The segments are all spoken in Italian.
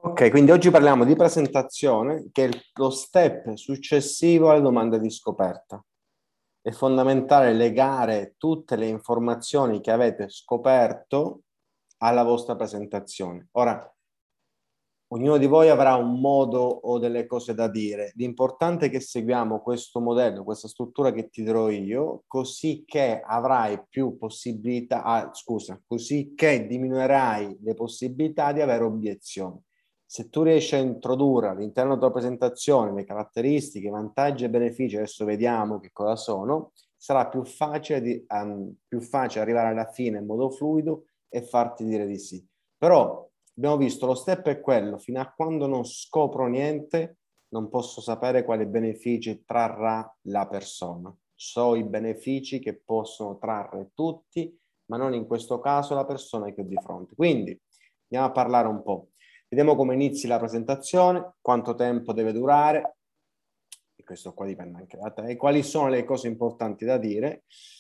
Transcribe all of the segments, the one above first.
Ok, quindi oggi parliamo di presentazione, che è lo step successivo alle domande di scoperta. È fondamentale legare tutte le informazioni che avete scoperto alla vostra presentazione. Ora, ognuno di voi avrà un modo o delle cose da dire. L'importante è che seguiamo questo modello, questa struttura che ti dirò io, così che avrai più possibilità, così che diminuirai le possibilità di avere obiezioni. Se tu riesci a introdurre all'interno della tua presentazione le caratteristiche, i vantaggi e benefici, adesso vediamo che cosa sono, sarà più facile arrivare alla fine in modo fluido e farti dire di sì. Però abbiamo visto, lo step è quello: fino a quando non scopro niente, non posso sapere quali benefici trarrà la persona. So i benefici che possono trarre tutti, ma non in questo caso la persona che ho di fronte. Quindi andiamo a parlare un po'. Vediamo come inizi la presentazione, quanto tempo deve durare, e questo qua dipende anche da te, quali sono le cose importanti da dire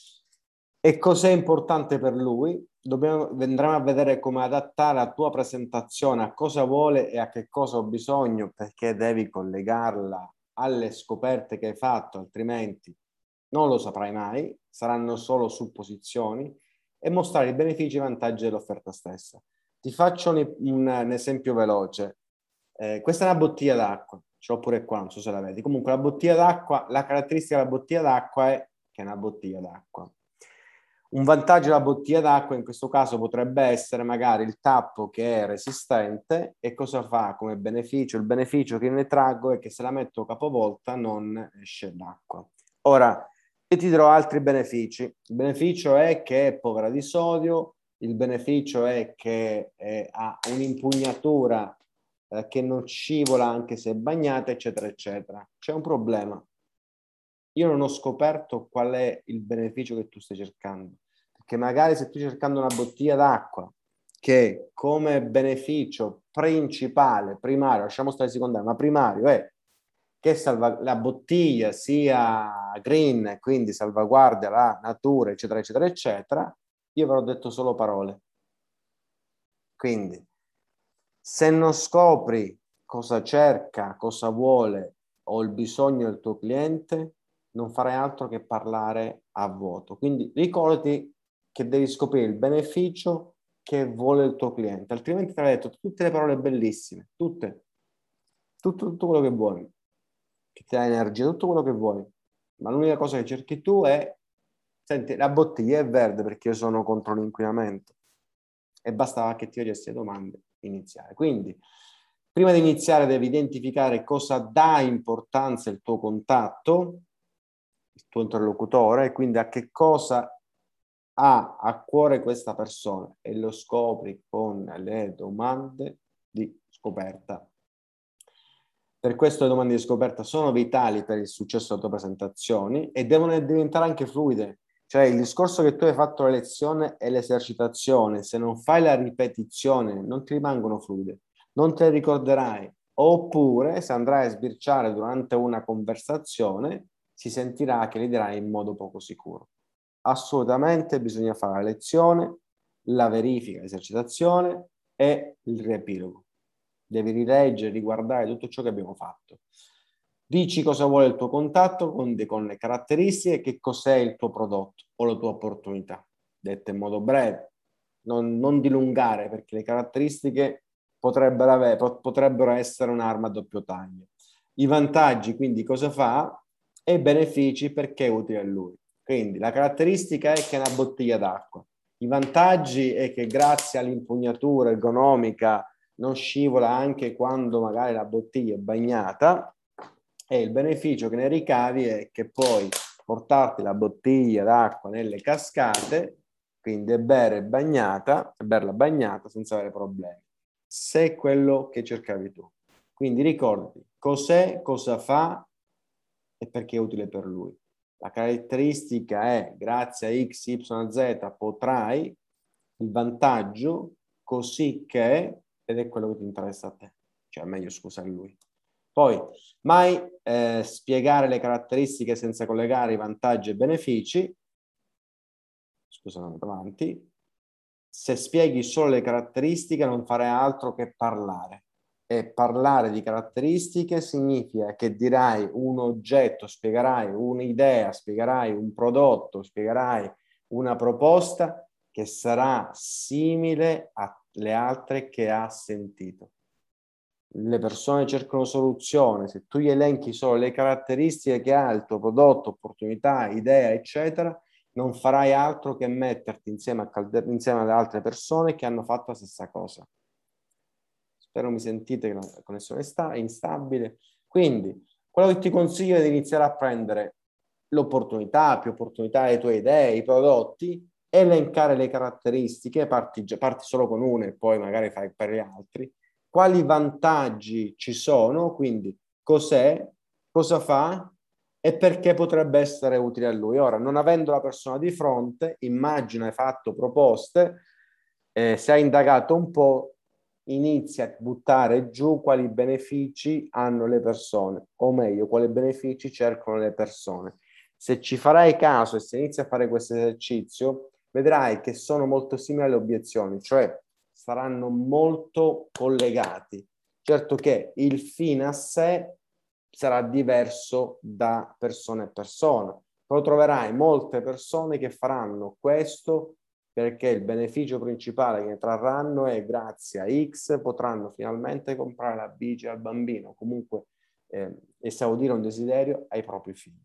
e cos'è importante per lui. Andremo a vedere come adattare la tua presentazione a cosa vuole e a che cosa ho bisogno, perché devi collegarla alle scoperte che hai fatto, altrimenti non lo saprai mai, saranno solo supposizioni, e mostrare i benefici e i vantaggi dell'offerta stessa. Ti faccio un esempio veloce. Questa è una bottiglia d'acqua, ce l'ho pure qua, non so se la vedi. Comunque la bottiglia d'acqua, la caratteristica della bottiglia d'acqua è che è una bottiglia d'acqua. Un vantaggio della bottiglia d'acqua in questo caso potrebbe essere magari il tappo che è resistente, e cosa fa come beneficio? Il beneficio che ne traggo è che se la metto capovolta non esce l'acqua. Ora, io ti dirò altri benefici. Il beneficio è che è povera di sodio, il beneficio è che ha un'impugnatura che non scivola anche se è bagnata, eccetera, eccetera. C'è un problema. Io non ho scoperto qual è il beneficio che tu stai cercando, perché magari se tu stai cercando una bottiglia d'acqua che come beneficio principale, primario, lasciamo stare secondario, ma primario è che la bottiglia sia green, quindi salvaguardia la natura, eccetera, eccetera, eccetera, io avrò detto solo parole. Quindi, se non scopri cosa cerca, cosa vuole o il bisogno del tuo cliente, non farai altro che parlare a vuoto. Quindi ricordati che devi scoprire il beneficio che vuole il tuo cliente, altrimenti ti avrei detto tutte le parole bellissime, tutto quello che vuoi, che ti dà energia, tutto quello che vuoi, ma l'unica cosa che cerchi tu è: senti, la bottiglia è verde perché io sono contro l'inquinamento, e bastava che ti facessi le domande iniziali. Quindi prima di iniziare devi identificare cosa dà importanza il tuo contatto, il tuo interlocutore, e quindi a che cosa ha a cuore questa persona, e lo scopri con le domande di scoperta. Per questo le domande di scoperta sono vitali per il successo delle tue presentazioni e devono diventare anche fluide. Cioè, il discorso che tu hai fatto la lezione e l'esercitazione, se non fai la ripetizione, non ti rimangono fluide, non te le ricorderai. Oppure, se andrai a sbirciare durante una conversazione, si sentirà che le dirai in modo poco sicuro. Assolutamente bisogna fare la lezione, la verifica, l'esercitazione e il riepilogo. Devi rileggere, riguardare tutto ciò che abbiamo fatto. Dici cosa vuole il tuo contatto con le caratteristiche, che cos'è il tuo prodotto o la tua opportunità, dette in modo breve, non dilungare, perché le caratteristiche potrebbero essere un'arma a doppio taglio. I vantaggi, quindi cosa fa, e i benefici, perché è utile a lui. Quindi la caratteristica è che è una bottiglia d'acqua. I vantaggi è che grazie all'impugnatura ergonomica non scivola anche quando magari la bottiglia è bagnata, e il beneficio che ne ricavi è che puoi portarti la bottiglia d'acqua nelle cascate, quindi è berla bagnata senza avere problemi, se è quello che cercavi tu. Quindi ricordati cos'è, cosa fa e perché è utile per lui. La caratteristica è: grazie a X, Y, Z potrai, il vantaggio, così che, ed è quello che ti interessa a te, cioè meglio scusa a lui. Poi mai spiegare le caratteristiche senza collegare i vantaggi e benefici. Scusa, non vado avanti. Se spieghi solo le caratteristiche non farai altro che parlare. E parlare di caratteristiche significa che dirai un oggetto, spiegherai un'idea, spiegherai un prodotto, spiegherai una proposta che sarà simile alle altre che ha sentito. Le persone cercano soluzione, se tu gli elenchi solo le caratteristiche che ha il tuo prodotto, opportunità, idea, eccetera, non farai altro che metterti insieme alle altre persone che hanno fatto la stessa cosa. Spero mi sentite che la connessione è instabile. Quindi, quello che ti consiglio è di iniziare a prendere l'opportunità, più opportunità, le tue idee, i prodotti, elencare le caratteristiche, parti solo con una e poi magari fai per gli altri. Quali vantaggi ci sono, quindi cos'è, cosa fa e perché potrebbe essere utile a lui. Ora, non avendo la persona di fronte, immagina, hai fatto proposte, se hai indagato un po', inizia a buttare giù quali benefici hanno le persone, o meglio, quali benefici cercano le persone. Se ci farai caso e se inizi a fare questo esercizio, vedrai che sono molto simili alle obiezioni, cioè saranno molto collegati. Certo che il fine a sé sarà diverso da persona a persona, però troverai molte persone che faranno questo perché il beneficio principale che ne trarranno è grazie a X potranno finalmente comprare la bici al bambino, comunque esaudire un desiderio ai propri figli.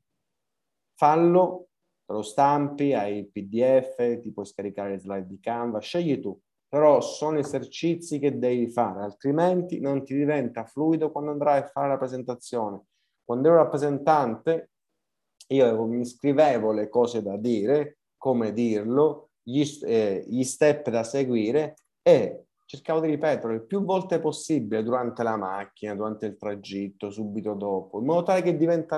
Fallo, te lo stampi, hai il PDF, ti puoi scaricare le slide di Canva, scegli tu, però sono esercizi che devi fare, altrimenti non ti diventa fluido quando andrai a fare la presentazione. Quando ero rappresentante, io mi scrivevo le cose da dire, come dirlo, gli step da seguire e cercavo di ripetere il più volte possibile durante la macchina, durante il tragitto, subito dopo, in modo tale che diventa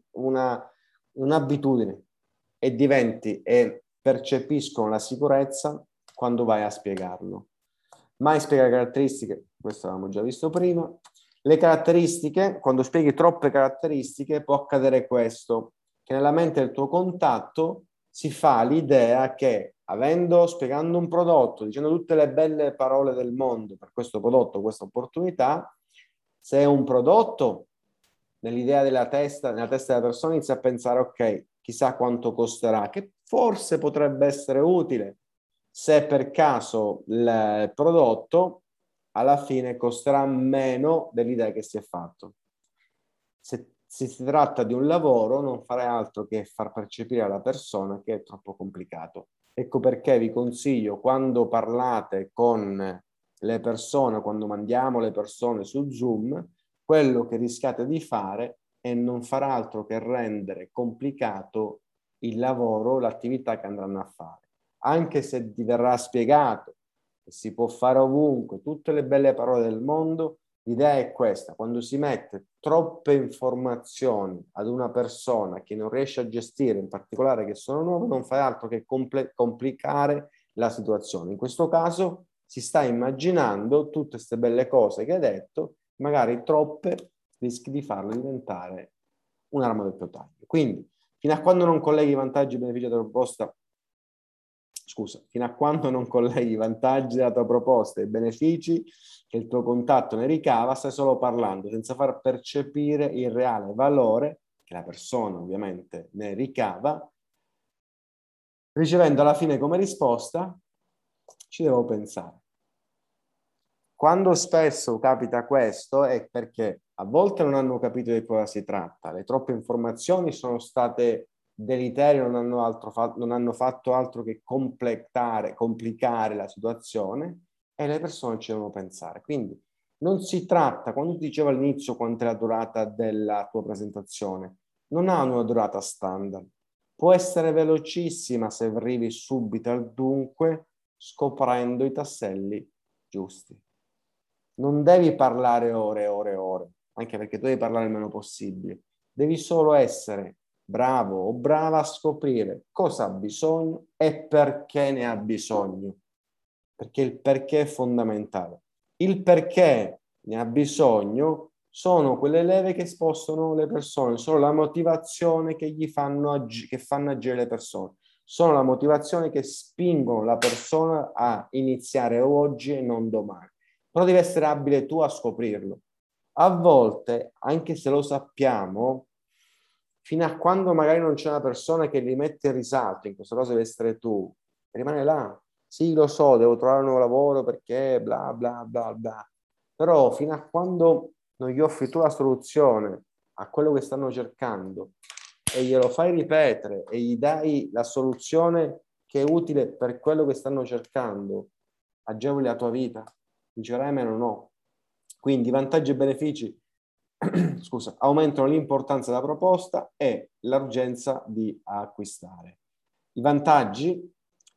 un'abitudine e diventi e percepiscono la sicurezza quando vai a spiegarlo. Mai spiegare caratteristiche, questo l'abbiamo già visto prima. Le caratteristiche, quando spieghi troppe caratteristiche, può accadere questo, che nella mente del tuo contatto si fa l'idea che spiegando un prodotto, dicendo tutte le belle parole del mondo per questo prodotto, questa opportunità, se è un prodotto, nella testa della persona inizia a pensare, ok, chissà quanto costerà, che forse potrebbe essere utile se per caso il prodotto alla fine costerà meno dell'idea che si è fatto. Se si tratta di un lavoro, non fare altro che far percepire alla persona che è troppo complicato. Ecco perché vi consiglio, quando parlate con le persone, quando mandiamo le persone su Zoom, quello che rischiate di fare è non far altro che rendere complicato il lavoro, l'attività che andranno a fare. Anche se ti verrà spiegato che si può fare ovunque, tutte le belle parole del mondo, l'idea è questa: quando si mette troppe informazioni ad una persona che non riesce a gestire, in particolare che sono nuove, non fai altro che complicare la situazione. In questo caso si sta immaginando tutte queste belle cose che hai detto, magari troppe, rischi di farlo diventare un'arma del tuo taglio. Quindi, fino a quando non colleghi i vantaggi e benefici della proposta, fino a quando non colleghi i vantaggi della tua proposta e i benefici che il tuo contatto ne ricava, stai solo parlando, senza far percepire il reale valore che la persona ovviamente ne ricava, ricevendo alla fine come risposta: ci devo pensare. Quando spesso capita questo è perché a volte non hanno capito di cosa si tratta, le troppe informazioni sono state deleterie, non hanno fatto altro che complicare la situazione e le persone ci devono pensare. Quindi non si tratta, quando ti dicevo all'inizio quanto è la durata della tua presentazione, non ha una durata standard. Può essere velocissima se arrivi subito al dunque, scoprendo i tasselli giusti. Non devi parlare ore e ore e ore, anche perché tu devi parlare il meno possibile. Devi solo essere bravo o brava a scoprire cosa ha bisogno e perché ne ha bisogno. Perché il perché è fondamentale. Il perché ne ha bisogno sono quelle leve che spostano le persone, sono la motivazione che fanno agire le persone, sono la motivazione che spingono la persona a iniziare oggi e non domani. però devi essere abile tu a scoprirlo. A volte, anche se lo sappiamo, fino a quando magari non c'è una persona che li mette in risalto, in questo caso deve essere tu, rimane là. Sì, lo so, devo trovare un nuovo lavoro perché bla bla bla bla. Però fino a quando non gli offri tu la soluzione a quello che stanno cercando e glielo fai ripetere e gli dai la soluzione che è utile per quello che stanno cercando, agevoli la tua vita. Dicerai meno no. Quindi i vantaggi e benefici scusa, aumentano l'importanza della proposta e l'urgenza di acquistare. I vantaggi: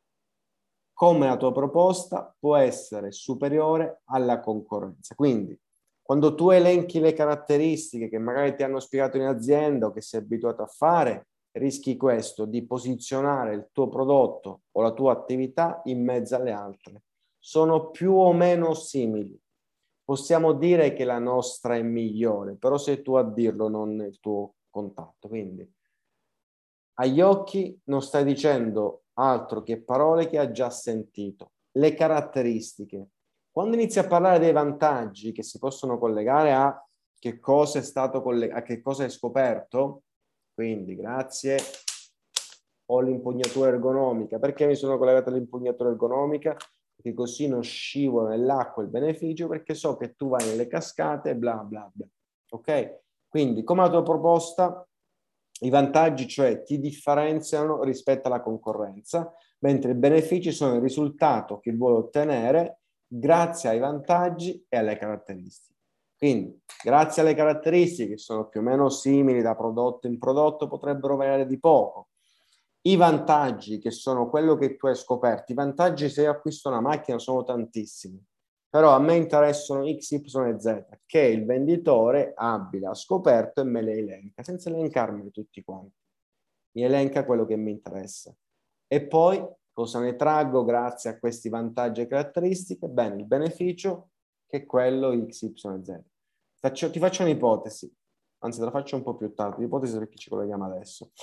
come la tua proposta può essere superiore alla concorrenza. Quindi, quando tu elenchi le caratteristiche che magari ti hanno spiegato in azienda o che sei abituato a fare, rischi questo, di posizionare il tuo prodotto o la tua attività in mezzo alle altre. Sono più o meno simili. Possiamo dire che la nostra è migliore, però sei tu a dirlo, non il tuo contatto. Quindi, agli occhi non stai dicendo altro che parole che ha già sentito. Le caratteristiche. Quando inizi a parlare dei vantaggi che si possono collegare a che cosa è stato a che cosa hai scoperto, quindi grazie, ho l'impugnatura ergonomica. Perché mi sono collegato all'impugnatura ergonomica? Perché così non scivola nell'acqua il beneficio, perché so che tu vai nelle cascate e bla bla bla. Ok? Quindi, come la tua proposta, i vantaggi, cioè, ti differenziano rispetto alla concorrenza, mentre i benefici sono il risultato che vuoi ottenere grazie ai vantaggi e alle caratteristiche. Quindi, grazie alle caratteristiche che sono più o meno simili da prodotto in prodotto, potrebbero variare di poco. I vantaggi, che sono quello che tu hai scoperto, i vantaggi se io acquisto una macchina sono tantissimi, però a me interessano X, Y e Z, che il venditore abile ha scoperto e me le elenca, senza elencarmeli tutti quanti. Mi elenca quello che mi interessa. E poi cosa ne traggo grazie a questi vantaggi e caratteristiche? Bene, il beneficio che è quello X, Y e Z. Ti faccio un'ipotesi, anzi te la faccio un po' più tardi, l'ipotesi perché ci colleghiamo adesso.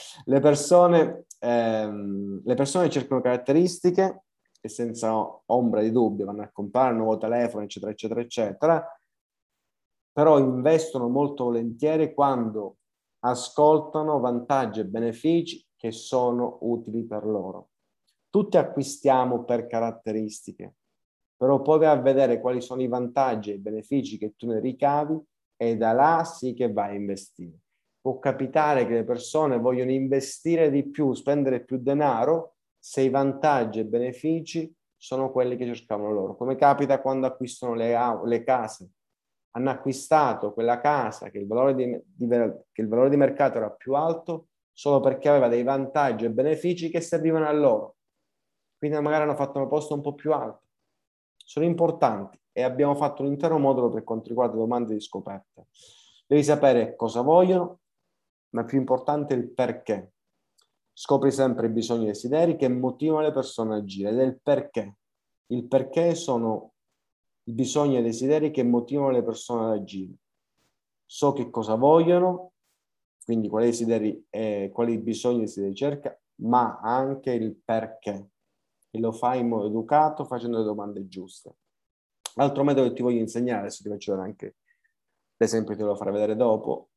Le persone cercano caratteristiche e senza ombra di dubbio vanno a comprare un nuovo telefono, eccetera, eccetera, eccetera, però investono molto volentieri quando ascoltano vantaggi e benefici che sono utili per loro. Tutti acquistiamo per caratteristiche, però poi vai a vedere quali sono i vantaggi e i benefici che tu ne ricavi e da là sì che vai a investire. Può capitare che le persone vogliono investire di più, spendere più denaro se i vantaggi e i benefici sono quelli che cercavano loro. Come capita quando acquistano le case. Hanno acquistato quella casa che il valore che il valore di mercato era più alto solo perché aveva dei vantaggi e benefici che servivano a loro. Quindi magari hanno fatto un posto un po' più alto. Sono importanti e abbiamo fatto un intero modulo per quanto riguarda domande di scoperta. Devi sapere cosa vogliono, ma più importante è il perché. Scopri sempre i bisogni e i desideri che motivano le persone a agire ed è il perché. Il perché sono i bisogni e i desideri che motivano le persone ad agire. So che cosa vogliono, quindi quali desideri, quali bisogni e desideri cerca, ma anche il perché. E lo fai in modo educato, facendo le domande giuste. L'altro metodo che ti voglio insegnare, adesso ti faccio vedere anche l'esempio, te lo farò vedere dopo,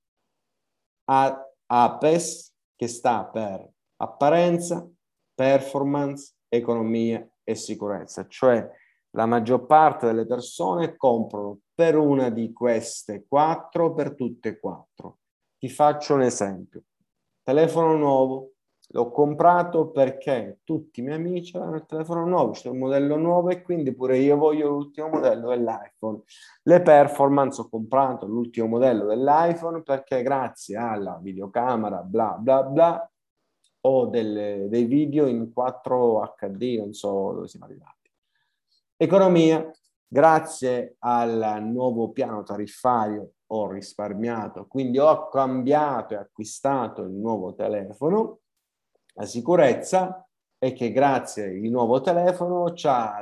APES, che sta per apparenza, performance, economia e sicurezza. Cioè la maggior parte delle persone comprano per una di queste quattro, per tutte e quattro. Ti faccio un esempio. Telefono nuovo, l'ho comprato perché tutti i miei amici hanno il telefono nuovo, c'è un modello nuovo e quindi pure io voglio l'ultimo modello dell'iPhone. Le performance, ho comprato l'ultimo modello dell'iPhone perché grazie alla videocamera bla bla bla ho dei video in 4 HD, non so dove siamo arrivati. Economia, grazie al nuovo piano tariffario ho risparmiato, quindi ho cambiato e acquistato il nuovo telefono. La sicurezza è che grazie al nuovo telefono c'ha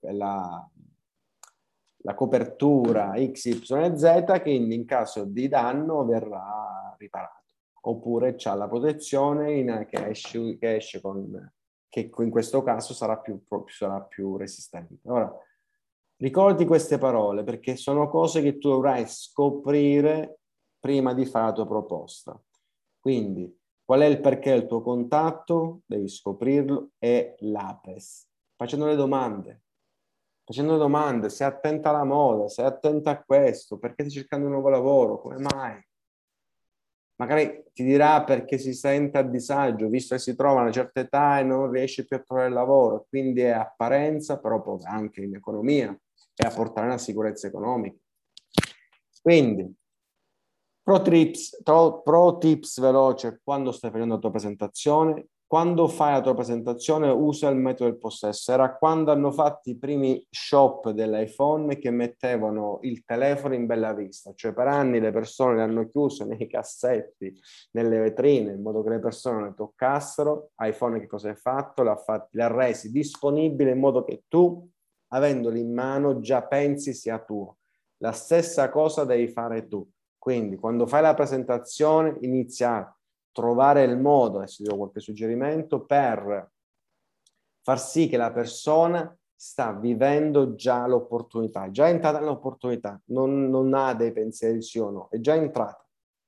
la copertura XYZ che in caso di danno verrà riparato. Oppure c'ha la protezione che esce con, che in questo caso sarà più resistente. Ora, Ricordi queste parole perché sono cose che tu dovrai scoprire prima di fare la tua proposta. Quindi, qual è il perché del tuo contatto? Devi scoprirlo, e l'APES. Facendo le domande. Facendo domande, sei attenta alla moda, sei attenta a questo, perché stai cercando un nuovo lavoro, come mai? Magari ti dirà perché si sente a disagio, visto che si trova a una certa età e non riesce più a trovare lavoro, quindi è apparenza, però poi anche in economia, e a portare una sicurezza economica. Quindi, pro tips veloce quando stai facendo la tua presentazione. Quando fai la tua presentazione usa il metodo del possesso. Era quando hanno fatto i primi shop dell'iPhone che mettevano il telefono in bella vista, cioè per anni le persone le hanno chiuse nei cassetti, nelle vetrine, in modo che le persone le toccassero. iPhone che cosa hai fatto? Li ha resi disponibili in modo che tu, avendoli in mano, già pensi sia tuo. La stessa cosa devi fare tu. Quindi quando fai la presentazione inizia a trovare il modo, adesso ti do qualche suggerimento, per far sì che la persona sta vivendo già l'opportunità, è già entrata nell'opportunità, non ha dei pensieri sì o no, è già entrata.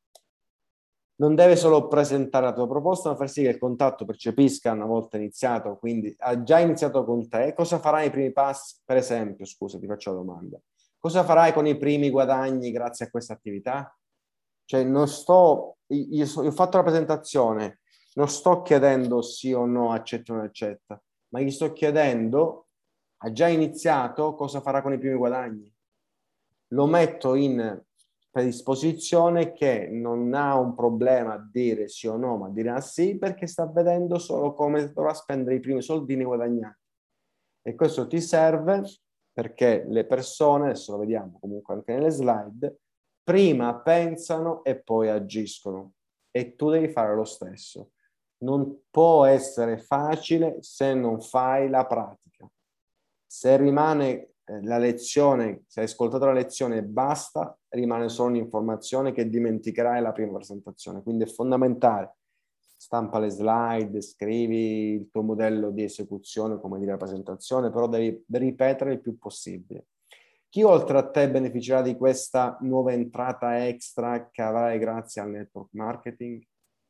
Non deve solo presentare la tua proposta, ma far sì che il contatto percepisca una volta iniziato, quindi ha già iniziato con te. Cosa farai nei primi passi? Per esempio, scusa, ti faccio la domanda. Cosa farai con i primi guadagni grazie a questa attività? Cioè, non sto, io ho fatto la presentazione, non sto chiedendo sì o no, accetta o non accetta, ma gli sto chiedendo, ha già iniziato, cosa farà con i primi guadagni? Lo metto in predisposizione che non ha un problema a dire sì o no, ma dirà sì perché sta vedendo solo come dovrà spendere i primi soldini guadagnati. E questo ti serve perché le persone, adesso lo vediamo comunque anche nelle slide, prima pensano e poi agiscono. E tu devi fare lo stesso. Non può essere facile se non fai la pratica. Se rimane la lezione, se hai ascoltato la lezione e basta, rimane solo un'informazione che dimenticherai la prima presentazione. Quindi è fondamentale. Stampa le slide, scrivi il tuo modello di esecuzione, come dire la presentazione, però devi ripetere il più possibile. Chi oltre a te beneficerà di questa nuova entrata extra che avrai grazie al network marketing?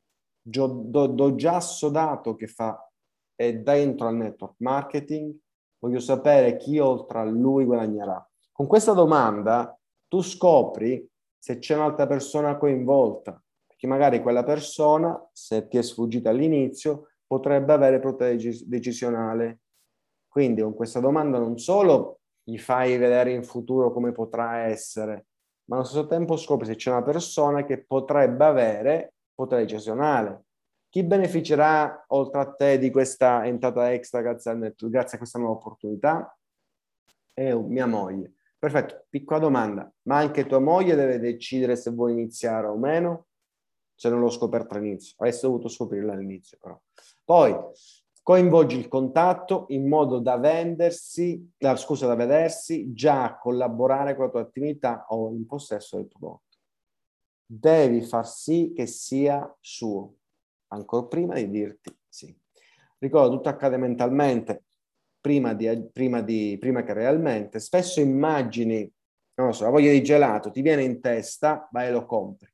Do già sodato che è dentro al network marketing, voglio sapere chi oltre a lui guadagnerà. Con questa domanda tu scopri se c'è un'altra persona coinvolta, perché magari quella persona, se ti è sfuggita all'inizio, potrebbe avere potere decisionale. Quindi con questa domanda non solo gli fai vedere in futuro come potrà essere, ma allo stesso tempo scopri se c'è una persona che potrebbe avere potere decisionale. Chi beneficerà oltre a te di questa entrata extra grazie a questa nuova opportunità? È mia moglie. Perfetto, piccola domanda, ma anche tua moglie deve decidere se vuoi iniziare o meno? Se non l'ho scoperto all'inizio, avresti dovuto scoprirla all'inizio però. Poi coinvolgi il contatto in modo da da vedersi già a collaborare con la tua attività o in possesso del prodotto. Devi far sì che sia suo, ancora prima di dirti sì. Ricordo, tutto accade mentalmente prima che realmente. Spesso immagini, non lo so, la voglia di gelato ti viene in testa, vai e lo compri.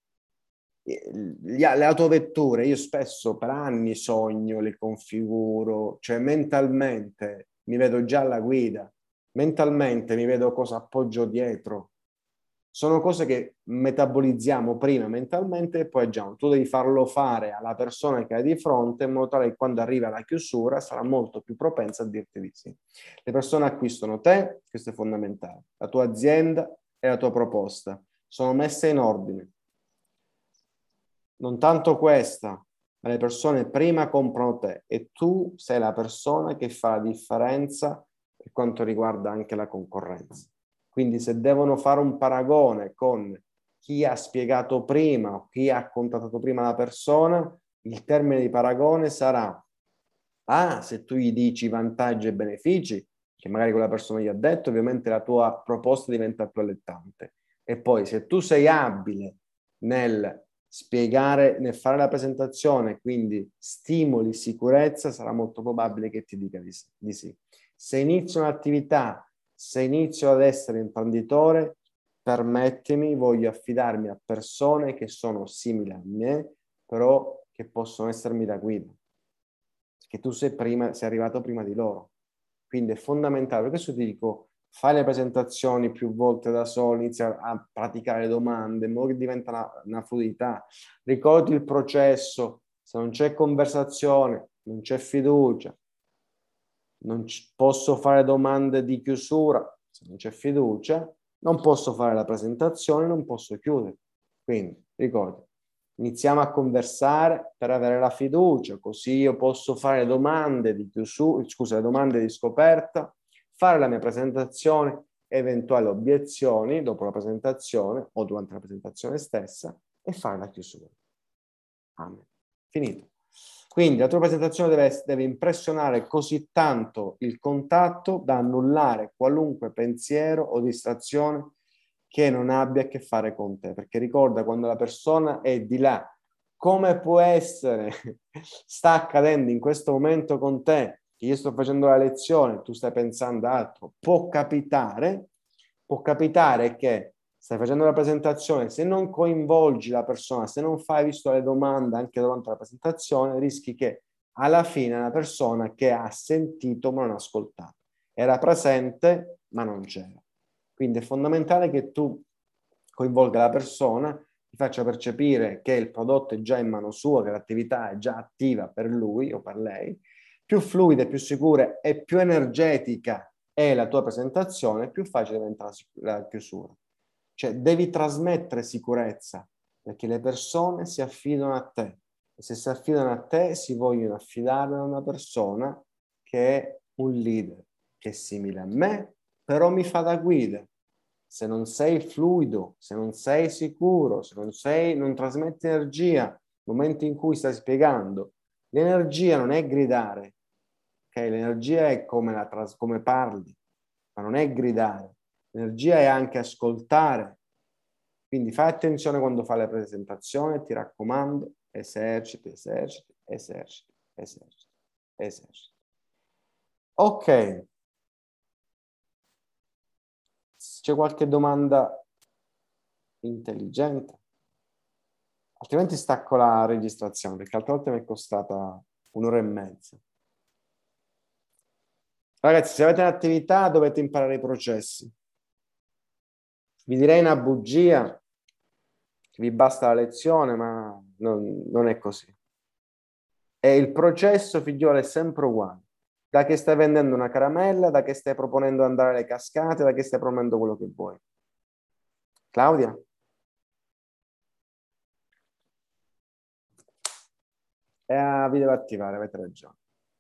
Le autovetture, io spesso per anni sogno, le configuro, cioè mentalmente mi vedo già alla guida, mentalmente mi vedo cosa appoggio dietro. Sono cose che metabolizziamo prima mentalmente e poi agiamo. Tu devi farlo fare alla persona che hai di fronte in modo tale che quando arriva alla chiusura sarà molto più propensa a dirti di sì. Le persone acquistano te, questo è fondamentale, la tua azienda e la tua proposta. Sono messe in ordine. Non tanto questa, ma le persone prima comprano te e tu sei la persona che fa la differenza per quanto riguarda anche la concorrenza. Quindi se devono fare un paragone con chi ha spiegato prima o chi ha contattato prima la persona, il termine di paragone sarà: ah, se tu gli dici i vantaggi e benefici, che magari quella persona gli ha detto, ovviamente la tua proposta diventa più allettante. E poi se tu sei abile nel spiegare, nel fare la presentazione, quindi stimoli sicurezza, sarà molto probabile che ti dica di sì. Se inizia un'attività se inizio ad essere imprenditore, permettimi, voglio affidarmi a persone che sono simili a me, però che possono essermi da guida. Perché tu sei arrivato prima di loro. Quindi è fondamentale. Per questo ti dico, fai le presentazioni più volte da solo, inizia a praticare le domande, in modo che diventa una fluidità. Ricordi il processo, se non c'è conversazione, non c'è fiducia, posso fare domande di chiusura, se non c'è fiducia, non posso fare la presentazione, non posso chiudere. Quindi, ricordi, iniziamo a conversare per avere la fiducia, così io posso fare domande di chiusura, scusa, domande di scoperta, fare la mia presentazione, eventuali obiezioni dopo la presentazione o durante la presentazione stessa e fare la chiusura. Amen. Finito. Quindi la tua presentazione deve impressionare così tanto il contatto da annullare qualunque pensiero o distrazione che non abbia a che fare con te. Perché ricorda, quando la persona è di là, come può essere, sta accadendo in questo momento con te, che io sto facendo la lezione, tu stai pensando altro, può capitare che stai facendo la presentazione, se non coinvolgi la persona, se non fai visto le domande anche durante la presentazione, rischi che alla fine la persona che ha sentito ma non ha ascoltato, era presente ma non c'era. Quindi è fondamentale che tu coinvolga la persona, ti faccia percepire che il prodotto è già in mano sua, che l'attività è già attiva per lui o per lei. Più fluida, più sicura e più energetica è la tua presentazione, più facile diventa la chiusura. Cioè devi trasmettere sicurezza, perché le persone si affidano a te. E se si affidano a te, si vogliono affidare a una persona che è un leader, che è simile a me, però mi fa da guida. Se non sei fluido, se non sei sicuro, se non trasmetti energia, nel momento in cui stai spiegando, l'energia non è gridare, ok? L'energia è come parli, ma non è gridare. L'energia è anche ascoltare. Quindi fai attenzione quando fai la presentazione, ti raccomando, eserciti, eserciti, eserciti, eserciti, eserciti. Ok. C'è qualche domanda intelligente? Altrimenti stacco la registrazione, perché altre volte mi è costata 1 ora e mezza. Ragazzi, se avete un'attività dovete imparare i processi. Vi direi una bugia, che vi basta la lezione, ma non è così. E il processo, figliolo, è sempre uguale. Da che stai vendendo una caramella, da che stai proponendo di andare alle cascate, da che stai proponendo quello che vuoi. Claudia? Vi devo attivare, avete ragione.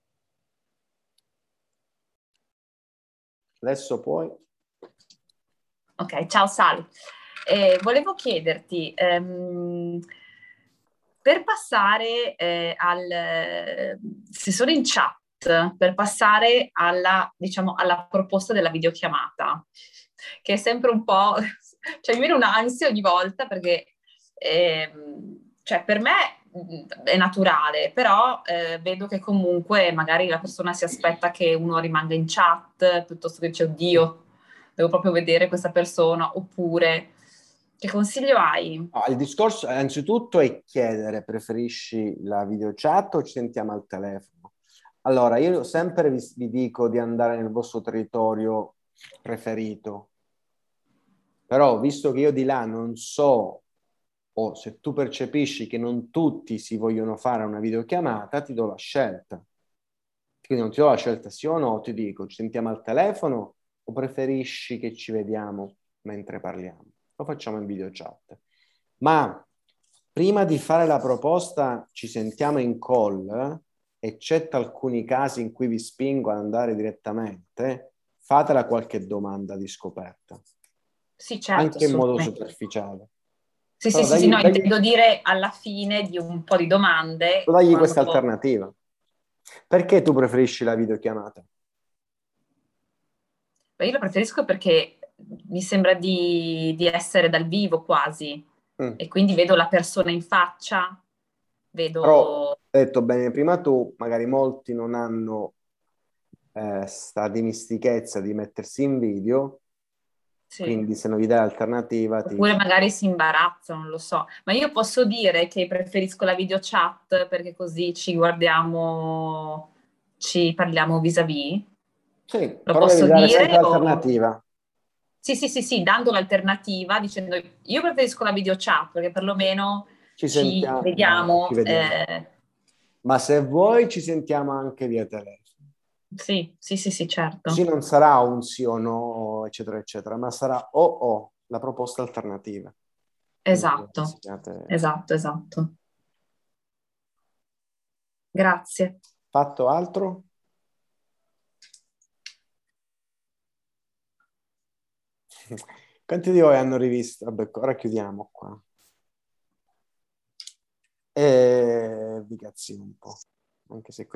Adesso puoi. Ok, ciao Sal. Volevo chiederti, per passare se sono in chat, per passare diciamo, alla proposta della videochiamata, che è sempre un po', cioè mi viene un'ansia ogni volta perché, cioè per me è naturale, però vedo che comunque magari la persona si aspetta che uno rimanga in chat piuttosto che dice oddio, devo proprio vedere questa persona, oppure che consiglio hai? Il discorso innanzitutto è chiedere, preferisci la video chat o ci sentiamo al telefono? Allora, io sempre vi dico di andare nel vostro territorio preferito, però visto che io di là non so, o se tu percepisci che non tutti si vogliono fare una videochiamata, ti do la scelta. Quindi non ti do la scelta sì o no, ti dico ci sentiamo al telefono o preferisci che ci vediamo mentre parliamo? Lo facciamo in video chat. Ma prima di fare la proposta ci sentiamo in call, eccetto alcuni casi in cui vi spingo ad andare direttamente, fatela qualche domanda di scoperta. Sì, certo, Anche in modo assolutamente. superficiale. Sì, sì, Però sì, sì, no, intendo dire alla fine di un po' di domande, dagli quando... questa alternativa. Perché tu preferisci la videochiamata? Beh, io lo preferisco perché mi sembra di essere dal vivo quasi, Mm. e quindi vedo la persona in faccia, Però, vedo... detto bene prima tu, magari molti non hanno sta dimistichezza di mettersi in video, Sì. quindi se non gli dai l'alternativa Oppure magari si imbarazzano, non lo so. Ma io posso dire che preferisco la video chat perché così ci guardiamo, ci parliamo vis-à-vis? Sì, Lo però devi posso dare dire sempre o... l'alternativa. Sì, sì, sì, sì, dando l'alternativa, dicendo io preferisco la video chat perché perlomeno Ci ci sentiamo, ci vediamo. vediamo. Ma se vuoi ci sentiamo anche via telefono. Sì, sì, sì, sì, Così certo. non sarà un sì o no, eccetera, eccetera, ma sarà o, la proposta alternativa. Quindi Esatto, siate... esatto, esatto. Grazie. Fatto altro? Quanti di voi hanno rivisto? Vabbè, ora chiudiamo qua. E vi cazzi un po', anche se